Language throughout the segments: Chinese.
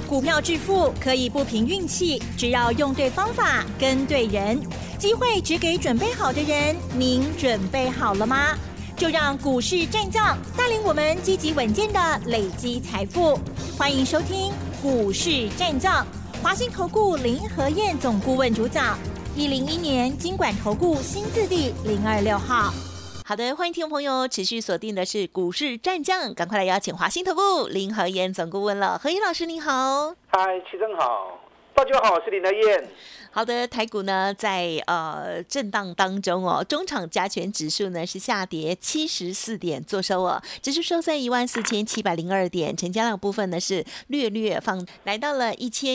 股票致富可以不凭运气，只要用对方法、跟对人。机会只给准备好的人，您准备好了吗？就让股市战将带领我们积极稳健的累积财富。欢迎收听股市战将，华信投顾林和彥总顾问主讲，101年金管投顾新字第026号。好的，欢迎听众朋友持续锁定的是股市战将，赶快来邀请华信投顾林和彥总顾问了。和彥老师你好。 嗨，齐正好，大家好，我是林和彥。 好的，台股呢在震荡当中哦，中场加权指数呢是下跌74点做收哦，指数收在14702点，成交量部分呢是略放，来到了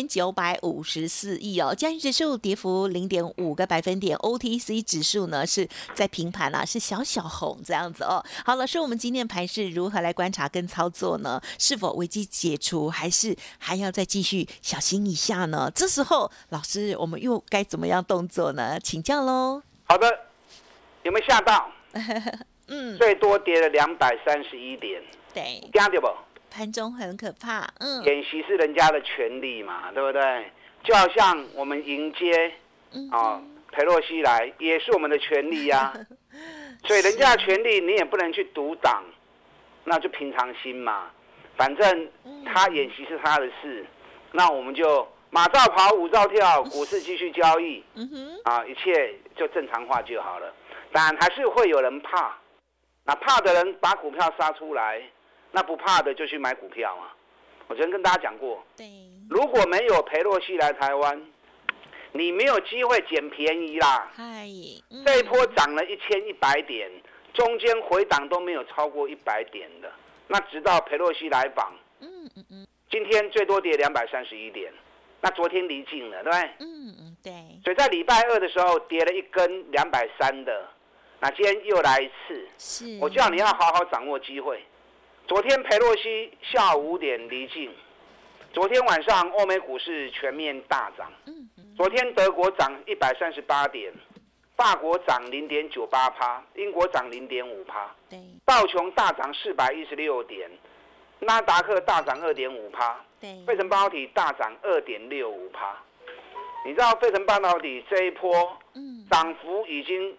1954亿哦，加权指数跌幅0.5个百分点 ，OTC 指数呢是在平盘啦，是小红这样子哦。好，老师，我们今天盘是如何来观察跟操作呢？是否危机解除，还是还要再继续小心一下呢？这时候，老师，我们又该怎么样动作呢？请教喽。 好的，有没有吓到？最多跌了231点。 对， 惊到不？ 盘中很可怕。 演习是人家的权利嘛，对不对？就好像我们迎接裴洛西来，也是我们的权利呀。所以人家的权利你也不能去阻挡，那就平常心嘛。反正他演习是他的事，那我们就马照跑，舞照跳，股市继续交易，一切就正常化就好了。当然还是会有人怕，那怕的人把股票杀出来，那不怕的就去买股票嘛。我昨天跟大家讲过，如果没有裴洛西来台湾，你没有机会捡便宜啦。这一波涨了1100点，中间回档都没有超过100点的，那直到裴洛西来访，今天最多跌231点。那昨天离境了，对不对？ 对。 所以在礼拜二的时候跌了一根230的，那今天又来一次。是。我叫你要好好掌握机会。昨天裴洛西下午5点离境，昨天晚上欧美股市全面大涨。昨天德国涨138点，法国涨0.98%，英国涨0.5%，道琼大涨416点，纳达克大涨2.5%。费城半导体大涨2.65%，你知道费城半导体这一波涨幅已经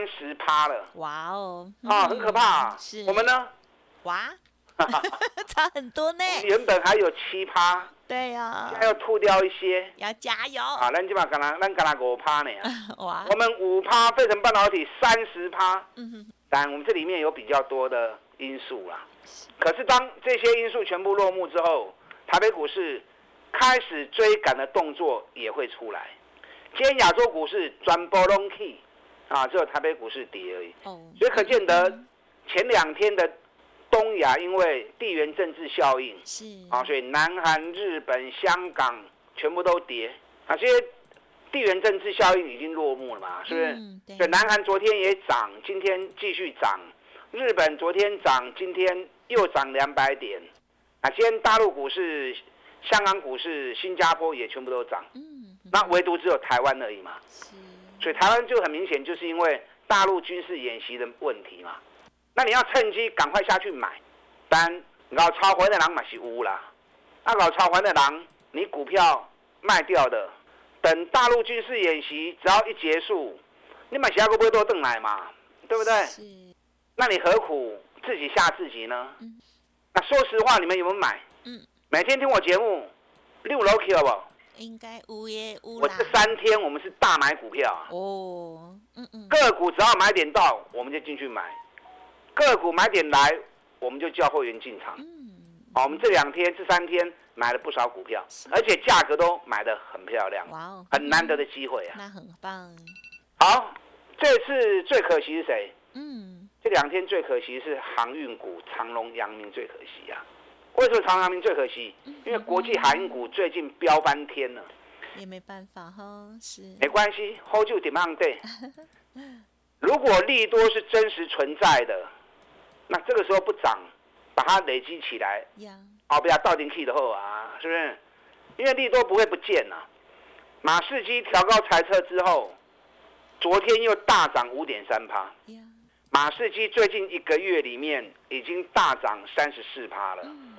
30%了。 哇哦！ 很可怕。是。我们呢？ 哇，差很多呢。 原本还有7%。 对呀。 现在要吐掉一些。 要加油。 咱今嘛咱5%呢。哇。我们5%，费城半导体30%。但我们这里面有比较多的因素啦。可是当这些因素全部落幕之后，台北股市开始追赶的动作也会出来。今天亚洲股市全部都起，只有台北股市跌而已。所以可见得前2天的东亚因为地缘政治效应，所以南韩、日本、香港全部都跌。这些地缘政治效应已经落幕了嘛，是不是？所以南韩昨天也涨，今天继续涨。日本昨天涨，今天又涨200点。今天大陆股市、香港股市、新加坡也全部都涨，那唯独只有台湾而已嘛。所以台湾就很明显，就是因为大陆军事演习的问题嘛。那你要趁机赶快下去买，但搞超环的人嘛是有啦。搞超环的人，你股票卖掉的，等大陆军事演习只要一结束，你买下个不会都回来嘛，对不对？那你何苦自己吓自己呢？那说实话，你们有没有买？每天听我节目，你有落去了不？ 应该有耶，有啦。 我这3天我们是大买股票啊。个股只要买点到，我们就进去买；个股买点来，我们就叫会员进场。我们这3天买了不少股票，而且价格都买得很漂亮，很难得的机会啊。 那很棒。 好，这次最可惜是谁？这2天最可惜是航运股，长荣、阳明最可惜啊。为什么长荣、阳明最可惜？因为国际航运股最近飙翻天了。 也没办法哈，是。 没关系 ，hold 住 demand day。如果利多是真实存在的，那这个时候不涨，把它累积起来，不要倒进去的后啊，是不是？因为利多不会不见啊。马士基调高财测之后，昨天又大涨5.3%。马士基最近1个月里面已经大涨34%了。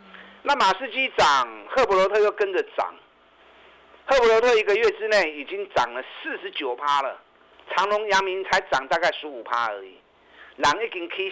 那马士基涨，赫伯罗特又跟着涨。赫伯罗特1个月之内已经涨了49%了，长荣、阳明才涨大概15%而已，人已经可以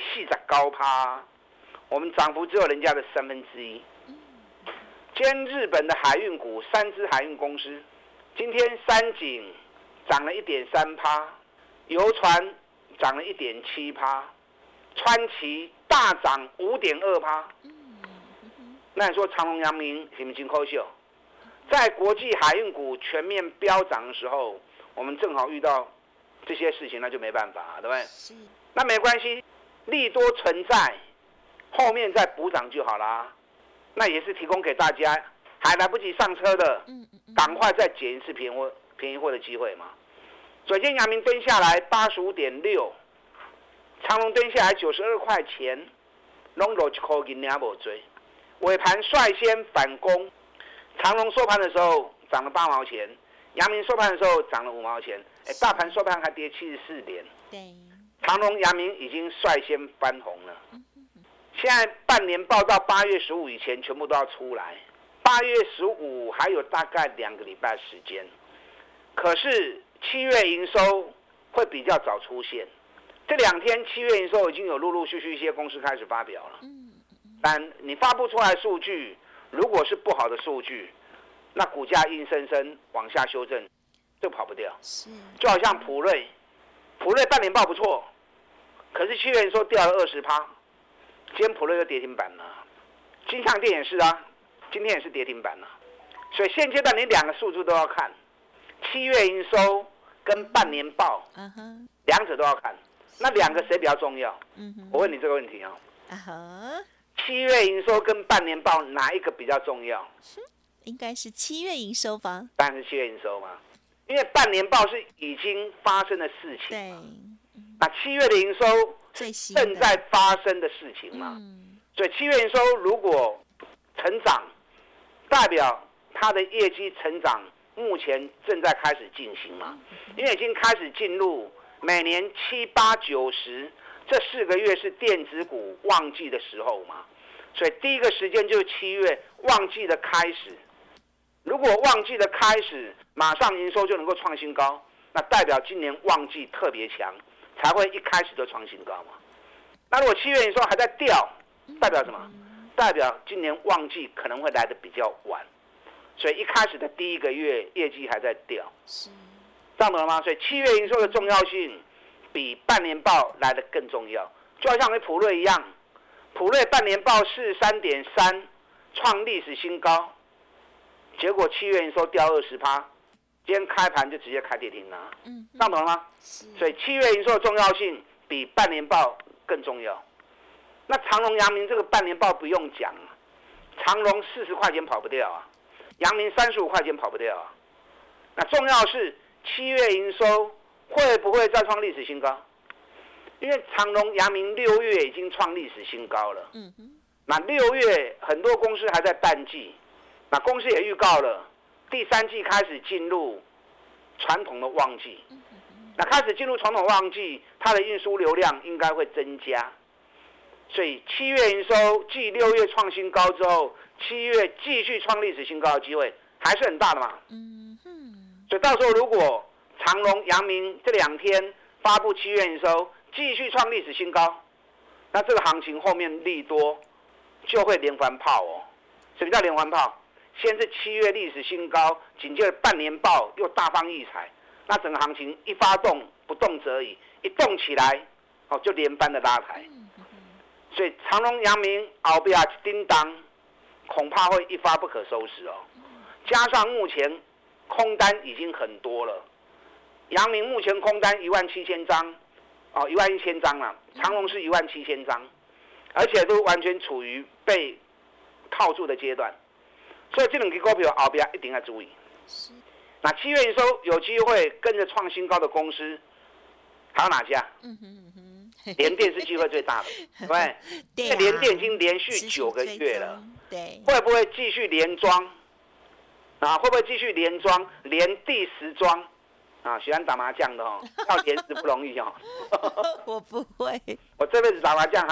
49%，我们涨幅只有人家的1/3。今天日本的海运股，3只海运公司，今天三井涨了1.3%，游船涨了1.7%，川崎大涨5.2%。那你说长荣、阳明是不是真可惜？在国际海运股全面飙涨的时候，我们正好遇到这些事情，那就没办法，对不对？那没关系，利多存在，后面再补涨就好啦。那也是提供给大家还来不及上车的，赶快再捡一次便宜货的机会嘛。昨天阳明蹲下来85.6，长荣蹲下来92块钱，拢落1块银也无追，尾盘率先反攻。长荣收盘的时候涨了8毛钱，阳明收盘的时候涨了5毛钱，大盘收盘还跌74点。对，长荣、阳明已经率先翻红了。现在半年报到8月15以前全部都要出来，8月15还有大概2个礼拜时间。可是7月营收会比较早出现，这2天7月营收已经有陆陆续续一些公司开始发表了。但你发布出来的数据，如果是不好的数据，那股价硬生生往下修正，就跑不掉。就好像普瑞半年报不错，可是7月营收掉了20%，今天普瑞又跌停板了。金像电也是啊，今天也是跌停板了。所以现阶段你2个数字都要看，7月营收跟半年报，两者都要看。那2个谁比较重要？我问你这个问题啊。7月营收跟半年报哪一个比较重要？ 应该是7月营收吧。 当然是7月营收嘛，因为半年报是已经发生的事情。对。那7月的营收正在发生的事情嘛。所以7月营收如果成长，代表它的业绩成长目前正在开始进行嘛。因为已经开始进入每年7、8、9、10这4个月是电子股旺季的时候嘛。所以第一个时间就是7月旺季的开始。如果旺季的开始马上营收就能够创新高，那代表今年旺季特别强，才会一开始就创新高嘛。那如果7月营收还在掉，代表什么？代表今年旺季可能会来得比较晚，所以一开始的第1个月业绩还在掉。这样懂了吗？所以7月营收的重要性比半年报来得更重要。就好像跟普瑞一样，普瑞半年报43.3，创历史新高，结果7月营收掉20%，今天开盘就直接开跌停了。这样懂了吗？所以7月营收的重要性比半年报更重要。那长荣、阳明这个半年报不用讲，长荣40块钱跑不掉啊，阳明35块钱跑不掉啊。那重要是7月营收会不会再创历史新高？因为长荣、阳明6月已经创历史新高了。那6月很多公司还在淡季，那公司也预告了第3季开始进入传统的旺季。那开始进入传统旺季，它的运输流量应该会增加。所以7月营收继6月创新高之后，7月继续创历史新高的机会还是很大的嘛。所以到时候如果长荣、阳明这2天发布7月营收继续创历史新高，那这个行情后面利多就会连环炮哦。什么叫连环炮？先是7月历史新高，紧接着半年报又大放异彩，那整个行情一发动不动则已，一动起来就连番的拉抬。所以长荣、阳明后面一叮当，恐怕会一发不可收拾哦。加上目前空单已经很多了，阳明目前空单17000张，11000张了，长荣是17000张，而且都完全处于被套住的阶段，所以这2支股票后面一定要注意。那7月营收有机会跟着创新高的公司，还有哪家？联电是机会最大的，对不对？因为联电已经连续9个月了，会不会继续连庄？会不会继续连庄，连第10庄？喜欢打麻将的要连10不容易哦。 我不会， 我这辈子打麻将还没，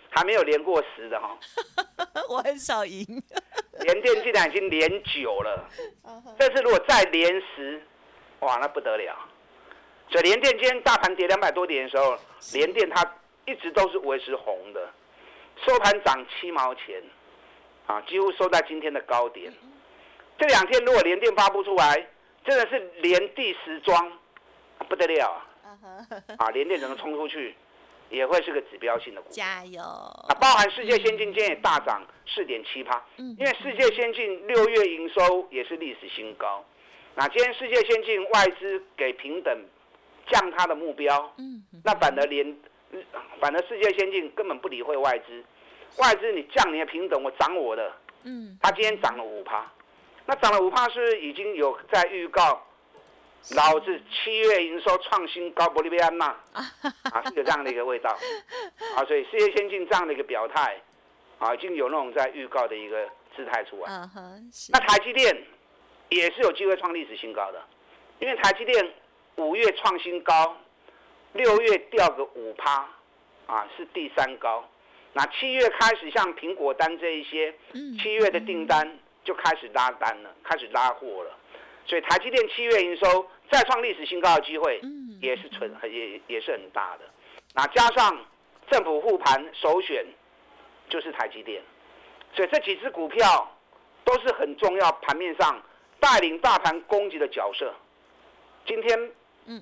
还没有连过10的哈。 我很少赢。 联电竟然已经连9了，这次如果再连10，哇，那不得了。所以联电今天大盘跌200多点的时候，联电它一直都是维持红的，收盘涨7毛钱，啊，几乎收在今天的高点。这2天如果联电发布出来，真的是连第10庄，不得了啊！联电整个冲出去，也会是个指标性的股。 加油！ 包含世界先进今天也大涨4.7%，因为世界先进6月营收也是历史新高。那今天世界先进外资给平等降它的目标，那反而世界先进根本不理会外资，外资你降你的平等，我涨我的，它今天涨了5%，那涨了5%是不是已经有在预告？老子7月营收创新高，不利被安娜啊，是有这样的一个味道啊，所以世界先进这样的一个表态啊，已经有那种在预告的一个姿态出来。那台积电也是有机会创历史新高的，因为台积电5月创新高，6月掉个5%，啊，是第3高。那7月开始像苹果单这一些，7月的订单就开始拉单了，开始拉货了。所以台积电7月营收再创历史新高的机会也是很大的。那加上政府护盘首选就是台积电，所以这几只股票都是很重要盘面上带领大盘攻击的角色。今天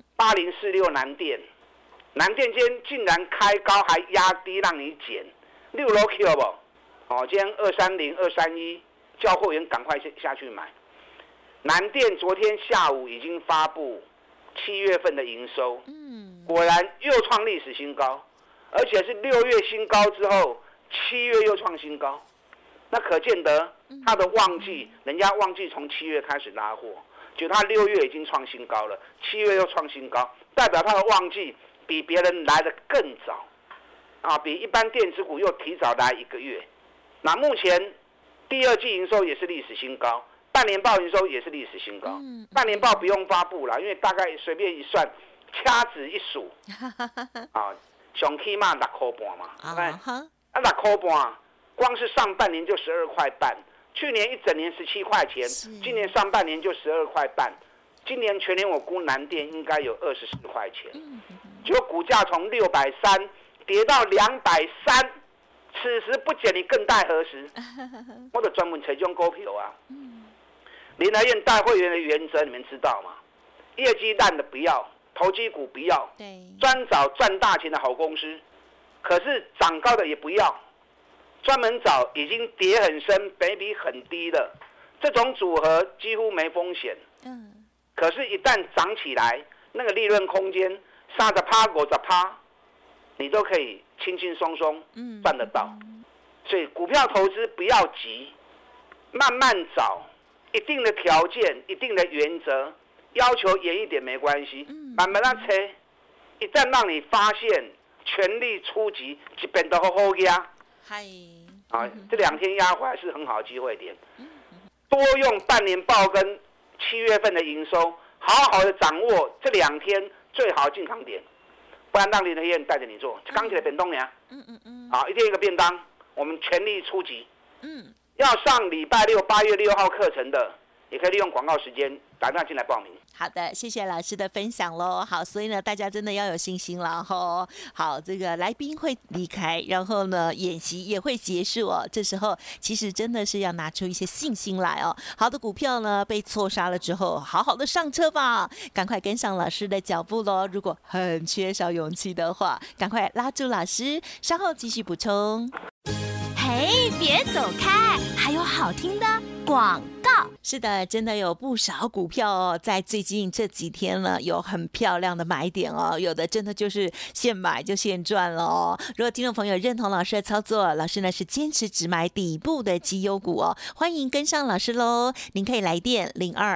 8046南电今天竟然开高还压低让你减，6楼 Q 不？哦，今天230、231，叫货员赶快下去买。南电昨天下午已经发布7月份的营收，果然又创历史新高，而且是6月新高之后7月又创新高，那可见得它的旺季，人家旺季从7月开始拉货，就它6月已经创新高了，7月又创新高，代表它的旺季比别人来得更早，啊，比一般电子股又提早来1个月。那目前第2季营收也是历史新高。半年报营收也是历史新高，半年报不用发布了，因为大概随便一算，掐指一数，啊，上起码6块半嘛，啊，6块半，光是上半年就12块半，去年一整年17块钱，今年上半年就12块半，今年全年我估南电应该有24块钱，结果股价从630跌到230，此时不减你更待何时？我就专门找这种股票啊。联合院带会员的原则你们知道吗？业绩烂的不要，投机股不要，专找赚大钱的好公司。可是涨高的也不要，专门找已经跌很深、本益比很低的这种组合，几乎没风险。可是，一旦涨起来，那个利润空间30%、50%，你都可以轻轻松松赚得到。所以股票投资不要急，慢慢找。一定的条件、一定的原则，要求严一点没关系。慢慢的切，一旦让你发现，全力出击，一边都好好压。啊，这2天压回来是很好的机会点。多用半年报跟7月份的营收，好好的掌握这2天最好的进场点，不然让林德燕带着你做。刚起来便当呀，啊，一天一个便当，我们全力出击。要上礼拜6 8月6号课程的，也可以利用广告时间打电话进来报名。 好的，谢谢老师的分享喽。好，所以呢，大家真的要有信心了吼。好，这个来宾会离开，然后呢，演习也会结束哦。这时候其实真的是要拿出一些信心来哦。好的股票呢被错杀了之后，好好的上车吧，赶快跟上老师的脚步喽。如果很缺少勇气的话，赶快拉住老师，稍后继续补充。 嘿，别走开，还有好听的广告。 是的，真的有不少股票哦，在最近这几天呢，有很漂亮的买点哦，有的真的就是现买就现赚了哦。如果听众朋友认同老师的操作，老师呢是坚持只买底部的绩优股哦，欢迎跟上老师喽。您可以来电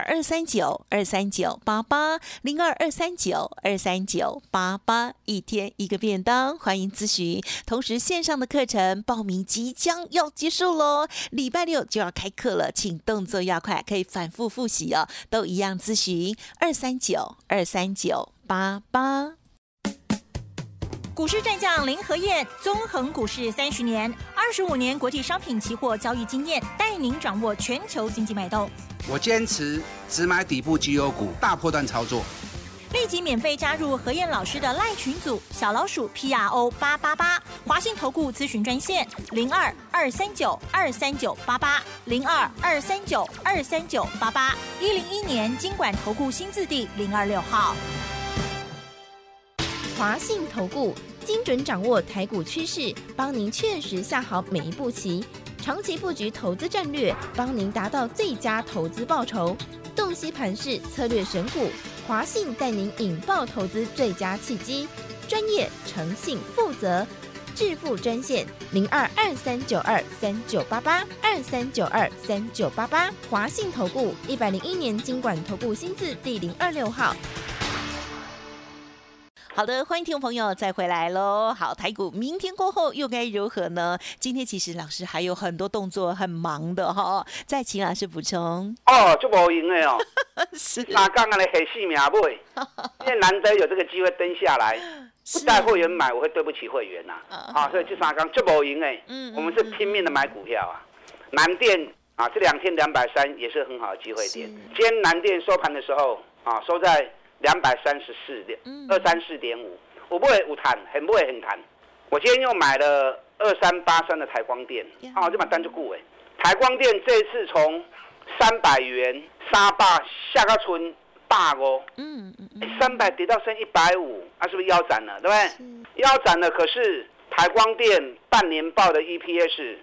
02-239-23988，02-239-23988，一天一个便当，欢迎咨询。同时线上的课程报名即将要结束喽，礼拜6就要开课了，请动作要快，可以反复复习哦，都一样咨询239-23988。 股市战将林和彥，纵横股市30年，25年国际商品期货交易经验，带您掌握全球经济脉动。 我坚持只买底部绩优股，大波段操作。 立即免费加入和彥老师的赖群组，小老鼠 PRO888，华信投顾咨询专线02-239-23988，02-239-23988，101年金管投顾新字第026号。 华信投顾精准掌握台股趋势，帮您确实下好每一步棋，长期布局投资战略，帮您达到最佳投资报酬。洞悉盘势，策略选股，华信带您引爆投资最佳契机，专业、诚信、负责，致富专线02-2392-3988，2392-3988，华信投顾101年金管投顾新字第026号。 好的，欢迎听众朋友再回来喽。好，台股明天过后又该如何呢？今天其实老师还有很多动作，很忙的哈。再请老师补充。 哦，就无赢的哦。 是。 那刚刚的黑细命买，因为难得有这个机会登下来，不带会员买，我会对不起会员呐。啊，所以这三刚就无赢哎。我们是拼命的买股票啊。南电啊，这2天230也是很好的机会点。今天南电收盘的时候啊，收在234.5，我不会有谈，很不会很谈。我今天又买了2383的台光电，啊，这把单就顾哎。台光电这次从300元杀霸下个村85， 300跌到剩150，啊，是不是腰斩了，对不对？腰斩了，可是台光电半年报的 EPS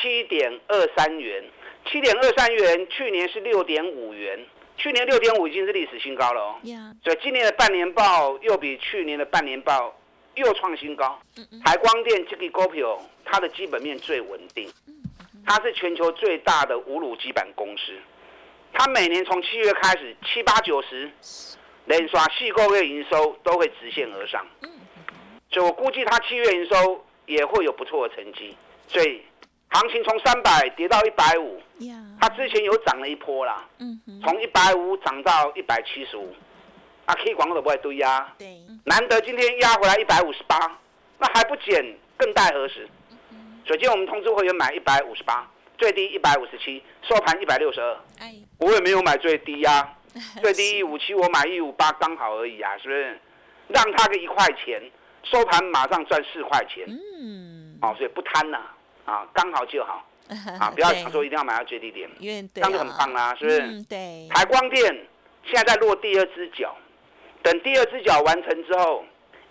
7.23元，7.23元，去年是6.5元。去年6.5已经是历史新高了哦，所以今年的半年报又比去年的半年报又创新高。台光电这个股票，它的基本面最稳定，它是全球最大的无卤基板公司，它每年从7月开始，7、8、9、10连续4个月营收都会直线而上，所以我估计它7月营收也会有不错的成绩，所以行情从300跌到150，它之前有涨了一波啦，从150涨到175，啊 ，K 广告都不会堆压，难得今天压回来158，那还不减，更待何时？所以今天我们通知会员买158，最低157，收盘162，我也没有买最低呀，最低157，我买158刚好而已啊，是不是？让他个1块钱，收盘马上赚4块钱，所以不贪呐。啊，刚好就好啊！不要想说一定要买到最低点，这样就很棒啦，是不是？ 对。 台光电现在在落第2只脚，等第2只脚完成之后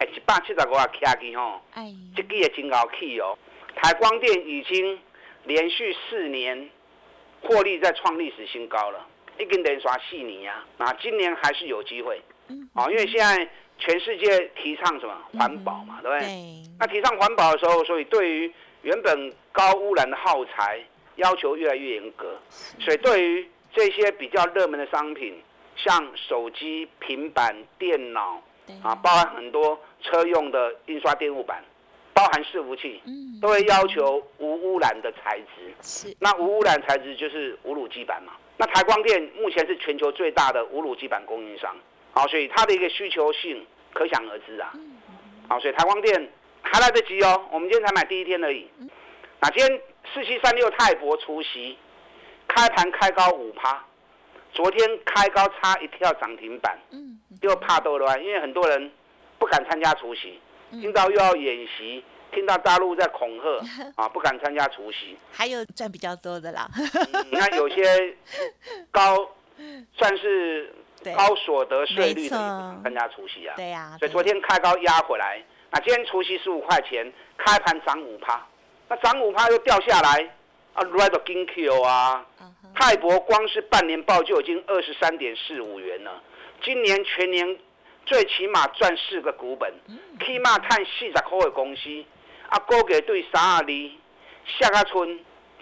，175啊卡起吼，这个也真高起哦。台光电已经连续4年获利在创历史新高了，已经连续4年啊！那今年还是有机会，因为现在全世界提倡什么环保嘛，对不对？那提倡环保的时候，所以对于原本高污染的耗材要求越来越严格，所以对于这些比较热门的商品，像手机、平板、电脑啊，包含很多车用的印刷电路板，包含伺服器，都会要求无污染的材质。那无污染材质就是无卤基板嘛。那台光电目前是全球最大的无卤基板供应商，好，所以它的一个需求性可想而知啊。好，所以台光电还来得及哦，我们今天才买第1天而已。那今天4736泰博除息，开盘开高5%，昨天开高差一跳涨停板，又怕多了，因为很多人不敢参加除息，听到又要演习，听到大陆在恐吓啊，不敢参加除息。 还有赚比较多的啦。 你看有些算是高所得税率的参加除息啊， 对呀， 所以昨天开高压回来。那今天除息15块钱，开盘涨5%，那涨5%又掉下来，啊 ，Red Ginkgo 啊，泰博光是半年报就已经23.45元了，今年全年最起码赚4个股本，起码赚40块的公司，啊，股价对32，下个村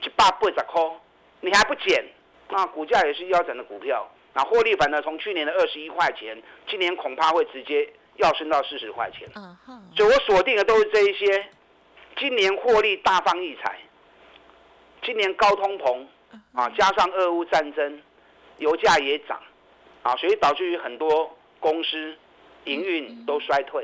180块，你还不减，那股价也是腰斩的股票，那获利反而从去年的21块钱，今年恐怕会直接要升到40块钱，所以我锁定的都是这一些，今年获利大放异彩，今年高通膨啊，加上俄乌战争，油价也涨啊，所以导致于很多公司营运都衰退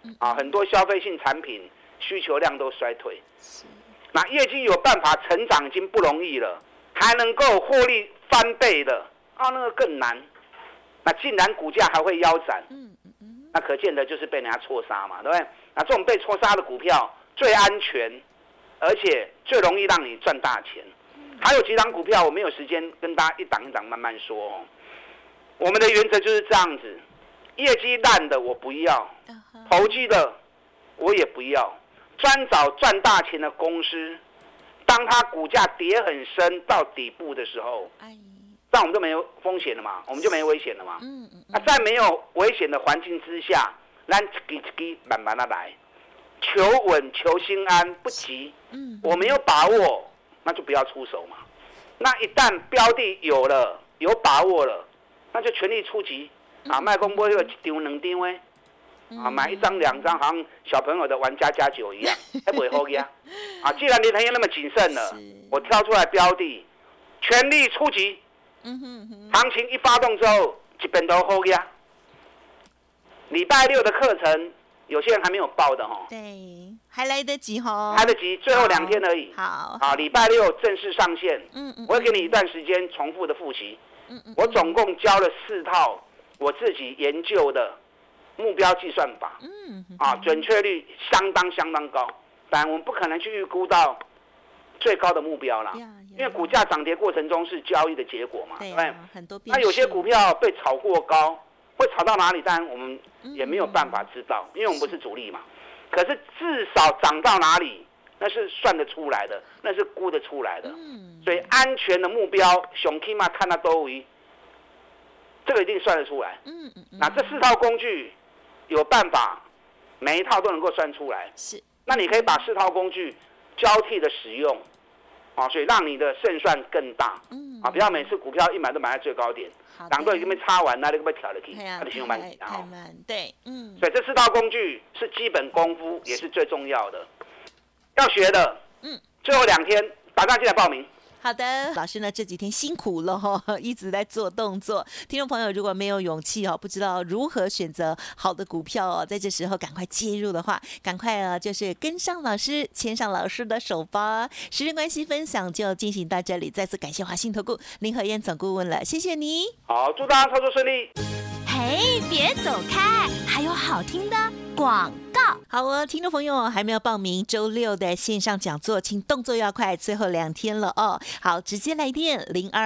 很多消费性产品需求量都衰退，那业绩有办法成长已经不容易了，还能够获利翻倍的那个更难。那竟然股价还会腰斩，那可见的就是被人家错杀嘛，对不对？那这种被错杀的股票最安全，而且最容易让你赚大钱。还有几档股票我没有时间跟大家一档一档慢慢说我们的原则就是这样子，业绩烂的我不要，投机的我也不要，专找赚大钱的公司。当它股价跌很深到底部的时候，这样我们就没有风险了嘛，我们就没危险了嘛。在没有危险的环境之下，咱一支慢慢的来，求稳求心安，不急。我没有把握，那就不要出手嘛。那一旦标的有了，有把握了，那就全力出击卖公波有一张两张买1张2张，好像小朋友的玩家家酒一样，还不会好呀既然林腾燕那么谨慎了，我挑出来标的，全力出击。行情一发动之后，一边都好呀。礼拜6的课程，有些人还没有报的对，还来得及来得及，最后2天而已。 好， 礼拜6正式上线。我会给你一段时间重复的复习。我总共教了4套我自己研究的目标计算法。准确率相当高，但我们不可能去预估到最高的目标啦。因为股价涨跌过程中是交易的结果嘛，对不对？ 很多变数。 那有些股票被炒过高，会炒到哪里？当然我们也没有办法知道，因为我们不是主力嘛。可是至少涨到哪里，那是算得出来的，那是估得出来的。所以安全的目标，熊 K 嘛看到都为，这个一定算得出来。那这4套工具有办法，每一套都能够算出来。 是。 那你可以把4套工具交替的使用。所以让你的胜算更大。不要每次股票一买都买在最高点，档都已经被插完了，你可不可以调了去？你形容慢点太慢，对， 所以这4套工具是基本功夫，也是最重要的。要学的，最后2天，大家进来报名。 好的，老师呢这几天辛苦了一直在做动作。听众朋友如果没有勇气不知道如何选择好的股票在这时候赶快介入的话，赶快就是跟上老师，牵上老师的手吧。时间关系，分享就进行到这里，再次感谢华信投顾林和嫣总顾问了，谢谢你。 好，祝大家操作顺利。 嘿，别走开，还有好听的广告。 好听众朋友还没有报名周6的线上讲座，请动作要快，最后2天了好，直接来电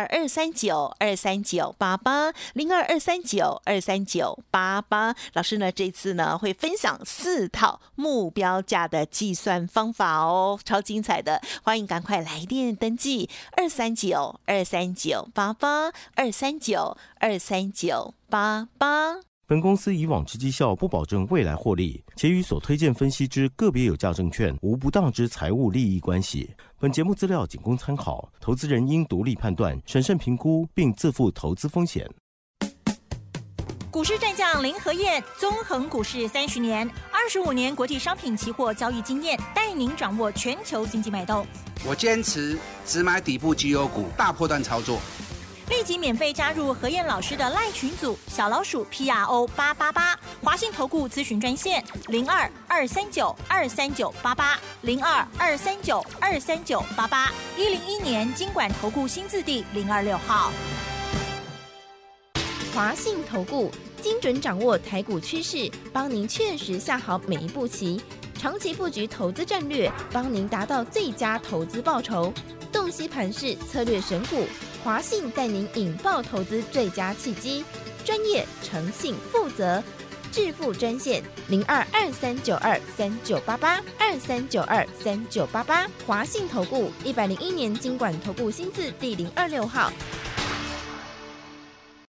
02-239-23988 02-239-23988。老师呢这次呢会分享4套目标价的计算方法超精彩的，欢迎赶快来电登记239-23988 239-23988。 本公司以往之绩效不保证未来获利，且与所推荐分析之个别有价证券无不当之财务利益关系。本节目资料仅供参考，投资人应独立判断、审慎评估，并自负投资风险。 股市战将林和彥，纵横股市30年，25年国际商品期货交易经验，带您掌握全球经济脉动。 我坚持只买底部绩优股，大波段操作。 立即免费加入和彥老师的赖群组，小老鼠 PRO888，华信投顾咨询专线02-239-23988 02-239-23988，101年金管投顾新字第026号。 华信投顾精准掌握台股趋势，帮您确实下好每一步棋，长期布局投资战略，帮您达到最佳投资报酬。洞悉盘势，策略选股，华信带您引爆投资最佳契机，专业、诚信、负责。致富专线02-2392-3988 2392-3988，华信投顾101年金管投顾新字第026号。